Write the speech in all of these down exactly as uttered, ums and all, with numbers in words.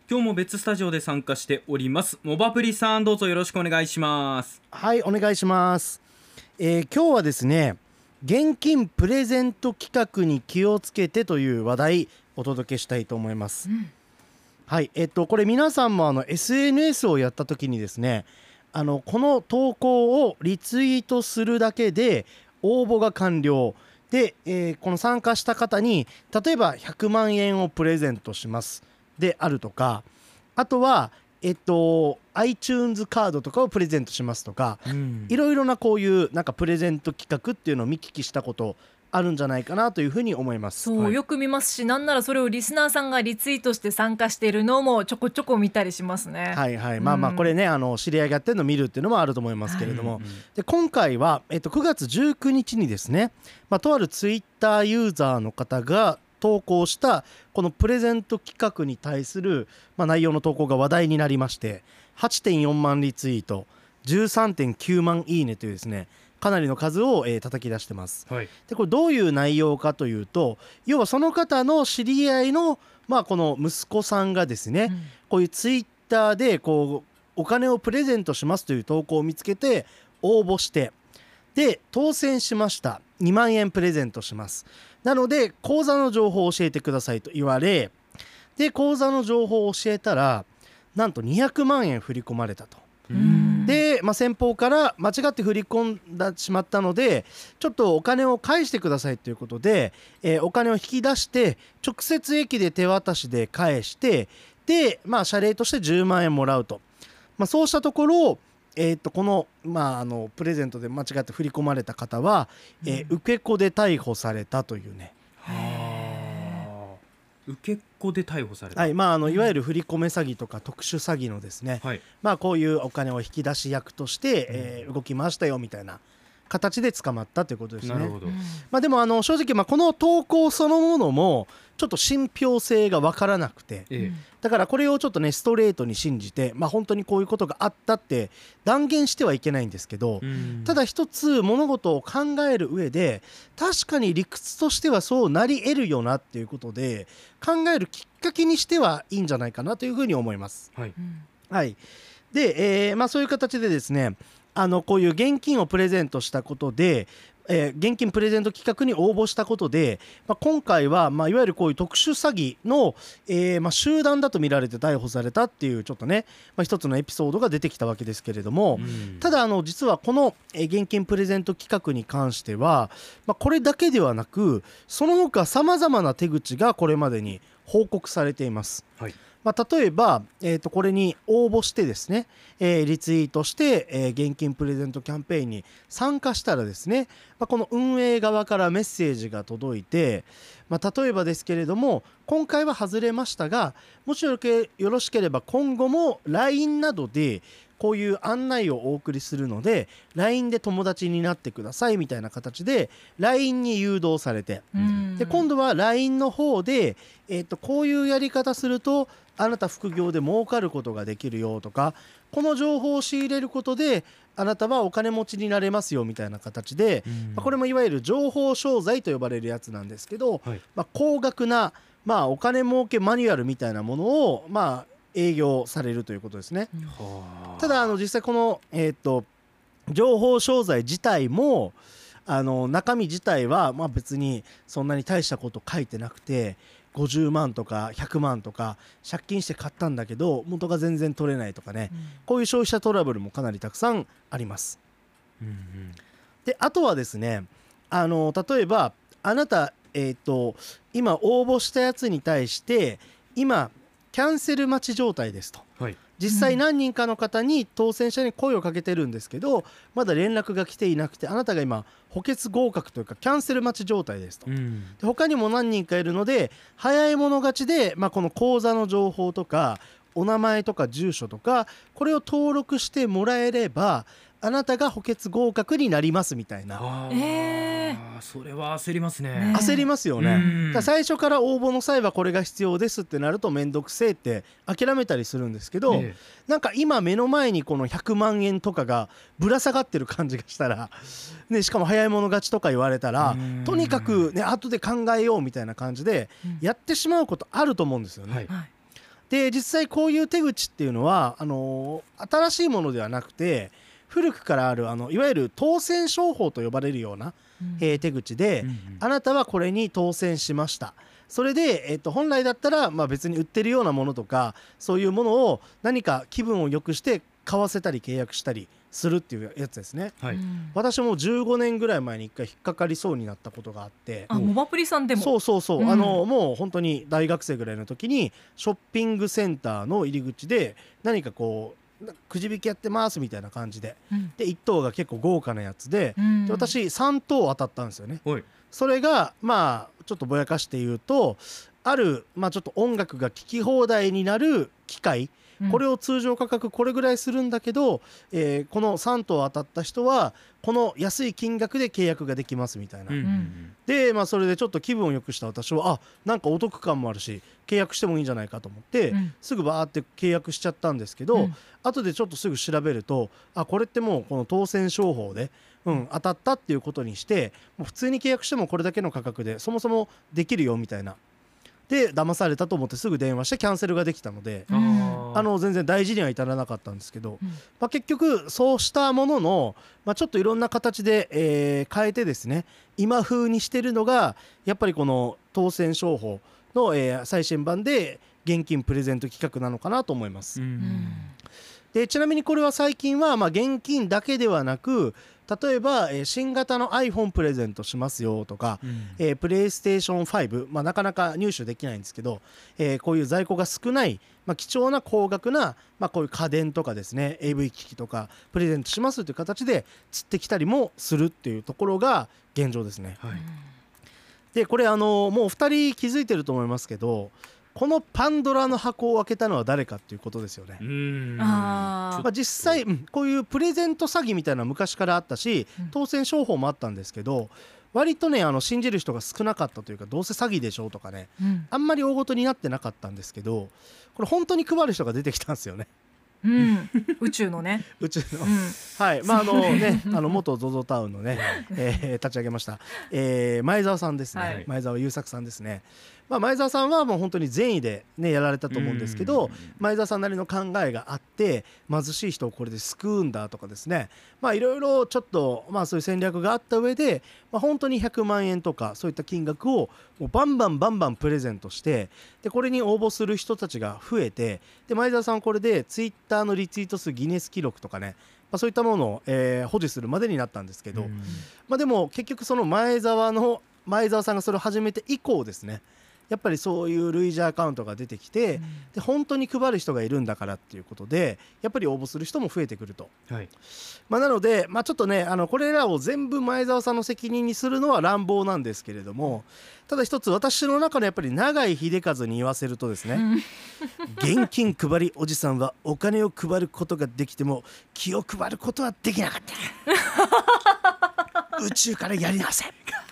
今日も別スタジオで参加しておりますモバプリさん、どうぞよろしくお願いします。 はい、お願いします。えー今日はですね、現金プレゼント企画に気をつけてという話題お届けしたいと思います。はい、えっとこれ皆さんもあの エスエヌエス をやった時にですね、あのこの投稿をリツイートするだけで応募が完了で、えーこの参加した方に例えばひゃくまんえんをプレゼントしますであるとか、あとはえっと iTunes カードとかをプレゼントしますとか、 うんいろいろなこういうなんかプレゼント企画っていうのを見聞きしたことあるんじゃないかなというふうに思います。 そう、 はいよく見ますし、なんならそれをリスナーさんがリツイートして参加しているのもちょこちょこ見たりしますね。 はいはい、まあまあこれね、あの知り合いがやってるのを見るっていうのもあると思いますけれども、 うんうんで今回は、えっと、くがつじゅうくにちにですね、まあ、とあるツイッターユーザーの方が投稿したこのプレゼント企画に対する、まあ、内容の投稿が話題になりまして はちてんよんまんリツイート じゅうさんてんきゅうまんいいねというですね、かなりの数を、えー叩き出してます。 はいでこれどういう内容かというと、要はその方の知り合いの、まあ、この息子さんがですね、 うんこういうツイッターでこうお金をプレゼントしますという投稿を見つけて応募して、で当選しました、にまんえんプレゼントします、なので口座の情報を教えてくださいと言われ、で口座の情報を教えたらなんとにひゃくまんえん振り込まれたと。 うんで、まあ、先方から間違って振り込んでしまったのでちょっとお金を返してくださいということで、えーお金を引き出して直接駅で手渡しで返して、で、まあ、謝礼としてじゅうまんえんもらうと、まあ、そうしたところ、えー、とこの,、まあ、あのプレゼントで間違って振り込まれた方は、えー受け子で逮捕されたというね、 はあ、受け子で逮捕された。 はい、まあ、あのいわゆる振り込め詐欺とか特殊詐欺のですね、 はいまあ、こういうお金を引き出し役として、えー動きましたよみたいな形で捕まったということですね。 なるほど。 まあ、でもあの正直、まあこの投稿そのものもちょっと信憑性が分からなくて、 えだからこれをちょっとねストレートに信じて、まあ、本当にこういうことがあったって断言してはいけないんですけど、 えうんただ一つ物事を考える上で確かに理屈としてはそうなり得るよなっていうことで考えるきっかけにしてはいいんじゃないかなというふうに思います。 はいうんはい、で、えーまあ、そういう形でですね、あのこういう現金をプレゼントしたことで、えー現金プレゼント企画に応募したことで、まあ、今回は、まあ、いわゆるこういう特殊詐欺の、えーまあ、集団だと見られて逮捕されたっていうちょっとね、まあ、一つのエピソードが出てきたわけですけれども、 うんただあの実はこのえー現金プレゼント企画に関しては、まあ、これだけではなくその他さまざまな手口がこれまでに報告されています。 はいまあ、例えば、えーとこれに応募してですね、えーリツイートして、えー現金プレゼントキャンペーンに参加したらですね、まあ、この運営側からメッセージが届いて、まあ、例えばですけれども今回は外れましたがもしよけよろしければ今後も ライン などでこういう案内をお送りするので ライン で友達になってくださいみたいな形で ライン に誘導されて、 うんで今度は ライン の方で、えー、とこういうやり方するとあなた副業で儲かることができるよとか、この情報を仕入れることであなたはお金持ちになれますよみたいな形で、 うんまあこれもいわゆる情報商材と呼ばれるやつなんですけど、 はいまあ、高額な、まあ、お金儲けマニュアルみたいなものを、まあ、営業されるということですね。 はあただあの実際この、えー、と情報商材自体もあの中身自体はまあ別にそんなに大したこと書いてなくてごじゅうまんとかひゃくまんとか借金して買ったんだけど元が全然取れないとかね、こういう消費者トラブルもかなりたくさんあります。 うんうんであとはですね、あの例えばあなた、えー、と今応募したやつに対して今キャンセル待ち状態ですと、 はい実際何人かの方に当選者に声をかけてるんですけどまだ連絡が来ていなくてあなたが今補欠合格というかキャンセル待ち状態ですと、 うんで他にも何人かいるので早い者勝ちで、まあ、この口座の情報とかお名前とか住所とかこれを登録してもらえればあなたが補欠合格になりますみたいな、 あえーそれは焦りますね。 ね焦りますよね。 うんだから最初から応募の際はこれが必要ですってなると面倒くせえって諦めたりするんですけど、 えなんか今目の前にこのひゃくまんえんとかがぶら下がってる感じがしたら、ね、しかも早い者勝ちとか言われたらうんとにかくね後で考えようみたいな感じでうんやってしまうことあると思うんですよね。 えはいはいで実際こういう手口っていうのはあの新しいものではなくて古くからあるあのいわゆる当選商法と呼ばれるような、 うんえー手口で、 うんうんあなたはこれに当選しました。それで、えーと本来だったら、まあ、別に売ってるようなものとかそういうものを何か気分を良くして買わせたり契約したりするっていうやつですね。 はい、 うん私もじゅうごねんぐらい前に一回引っかかりそうになったことがあって、 あモバプリさんでもそうそうそう、 うんあのもう本当に大学生ぐらいの時にショッピングセンターの入り口で何かこうくじ引きやってますみたいな感じでうんでいっ等が結構豪華なやつで、 うんで私さん等当たったんですよね。 おいそれがまあちょっとぼやかして言うとある、まあ、ちょっと音楽が聴き放題になる機械、 うんこれを通常価格これぐらいするんだけど、えーこのさん等当たった人はこの安い金額で契約ができますみたいな、 うんうんで、まあ、それでちょっと気分を良くした私はあなんかお得感もあるし契約してもいいんじゃないかと思って、 うんすぐバーって契約しちゃったんですけど、 うん後でちょっとすぐ調べるとあこれってもうこの当選商法で、うん、当たったっていうことにしてもう普通に契約してもこれだけの価格でそもそもできるよみたいなで騙されたと思ってすぐ電話してキャンセルができたので、 うんあーあの全然大事には至らなかったんですけど、 うんまあ、結局そうしたものの、まあ、ちょっといろんな形で、えー変えてですね今風にしてるのがやっぱりこの当選商法の、えー最新版で現金プレゼント企画なのかなと思います。 うんうんでちなみにこれは最近はまあ現金だけではなく例えば、えー新型の iPhone プレゼントしますよとか、 うんえープレイステーションファイブ、まあ、なかなか入手できないんですけど、えーこういう在庫が少ない、まあ、貴重な高額な、まあ、こういう家電とかですね エーブイ 機器とかプレゼントしますという形で釣ってきたりもするっていうところが現状ですね。 はいでこれあのもうふたり気づいてると思いますけどこのパンドラの箱を開けたのは誰かっていうことですよね。 うんあーまあ、実際、うんこういうプレゼント詐欺みたいなのは昔からあったしうん当選商法もあったんですけど割とねあの信じる人が少なかったというかどうせ詐欺でしょうとかねうんあんまり大ごとになってなかったんですけどこれ本当に配る人が出てきたんですよねうん宇宙のねうちの、 うんはいまああのねあの元 ゾゾ タウンのね、えー立ち上げました、えー前澤さんですね、 はい前澤友作さんですね、まあ、前澤さんはもう本当に善意でねやられたと思うんですけどうん前澤さんなりの考えがあって貧しい人をこれで救うんだとかですねまあいろいろちょっとまあそういう戦略があった上で、まあ、本当にひゃくまんえんとかそういった金額をもうバンバンバンバンプレゼントしてでこれに応募する人たちが増えてで前澤さんはこれでツイッターのリツイート数ギネス記録とかね、まあ、そういったものを、えー保持するまでになったんですけど、 うんまあ、でも結局その前澤の前澤さんがそれを始めて以降ですねやっぱりそういう類似アカウントが出てきて、で本当に配る人がいるんだからっていうことでやっぱり応募する人も増えてくると、 はいまあ、なので、まあ、ちょっとねあのこれらを全部前澤さんの責任にするのは乱暴なんですけれどもただ一つ私の中のやっぱり永井秀和に言わせるとですね、 うん現金配りおじさんはお金を配ることができても気を配ることはできなかった宇宙からやりなさい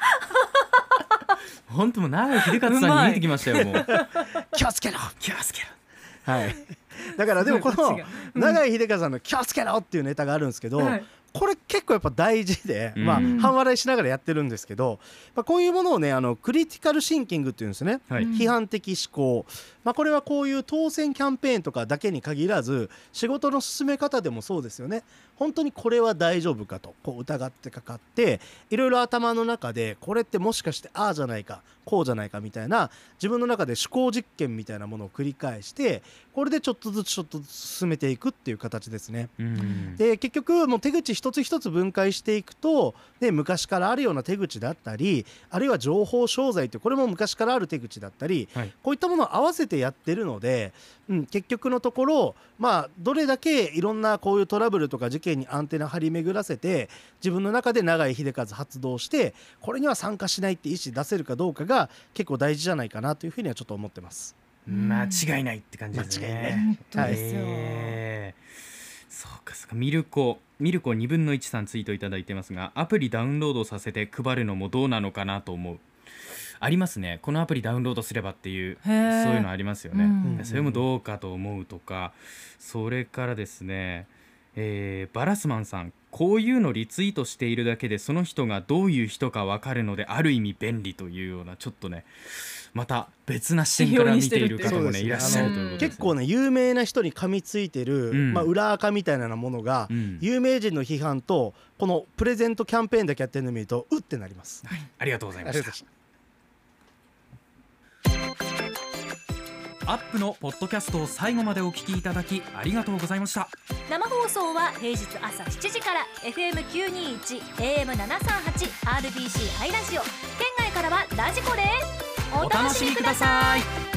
本当もう永井秀和さんに見えてきましたよもう気をつけろ気をつけろはいだからでもこのすごいこっちが永井秀和さんの気をつけろっていうネタがあるんですけど、 はいこれ結構やっぱ大事で、 うんまあ、半笑いしながらやってるんですけど、まあ、こういうものをねあのクリティカルシンキングっていうんですね、 はいうん批判的思考、まあ、これはこういう当選キャンペーンとかだけに限らず仕事の進め方でもそうですよね。本当にこれは大丈夫かとこう疑ってかかっていろいろ頭の中でこれってもしかしてああじゃないかこうじゃないかみたいな自分の中で思考実験みたいなものを繰り返してこれでちょっとずつちょっとずつ進めていくっていう形ですね。 うんで結局もう手口一つ一つ分解していくと、ね、昔からあるような手口だったりあるいは情報商材ってこれも昔からある手口だったり、 はいこういったものを合わせてやってるので、うん、結局のところ、まあ、どれだけいろんなこういうトラブルとか事件にアンテナ張り巡らせて自分の中で永井秀和発動してこれには参加しないって意思出せるかどうかが結構大事じゃないかなというふうにはちょっと思ってます。 間違いないって感じです間違いないね本当ですよ、 へーそうかそうかミルコミルコにぶんのいちさんツイートいただいてますがアプリダウンロードさせて配るのもどうなのかなと思うありますねこのアプリダウンロードすればっていうそうへーいうのありますよね、 うんそれもどうかと思うとかそれからですね、えーバラスマンさんこういうのリツイートしているだけでその人がどういう人か分かるのである意味便利というようなちょっとねまた別な視点から見ている方もねいらっしゃるということですね。 結構ね有名な人に噛みついてる、 うんまあ、裏垢みたいなものが、 うん、 有名人の批判とこのプレゼントキャンペーンだけやってるのを見るとうってなります。 はい、ありがとうございました。アップのポッドキャストを最後までお聞きいただきありがとうございました。 生放送は平日朝しちじから エフエムきゅうにいち エーエムななさんはち アールビーシー ハイラジオ、県外からはラジコです。 お楽しみください。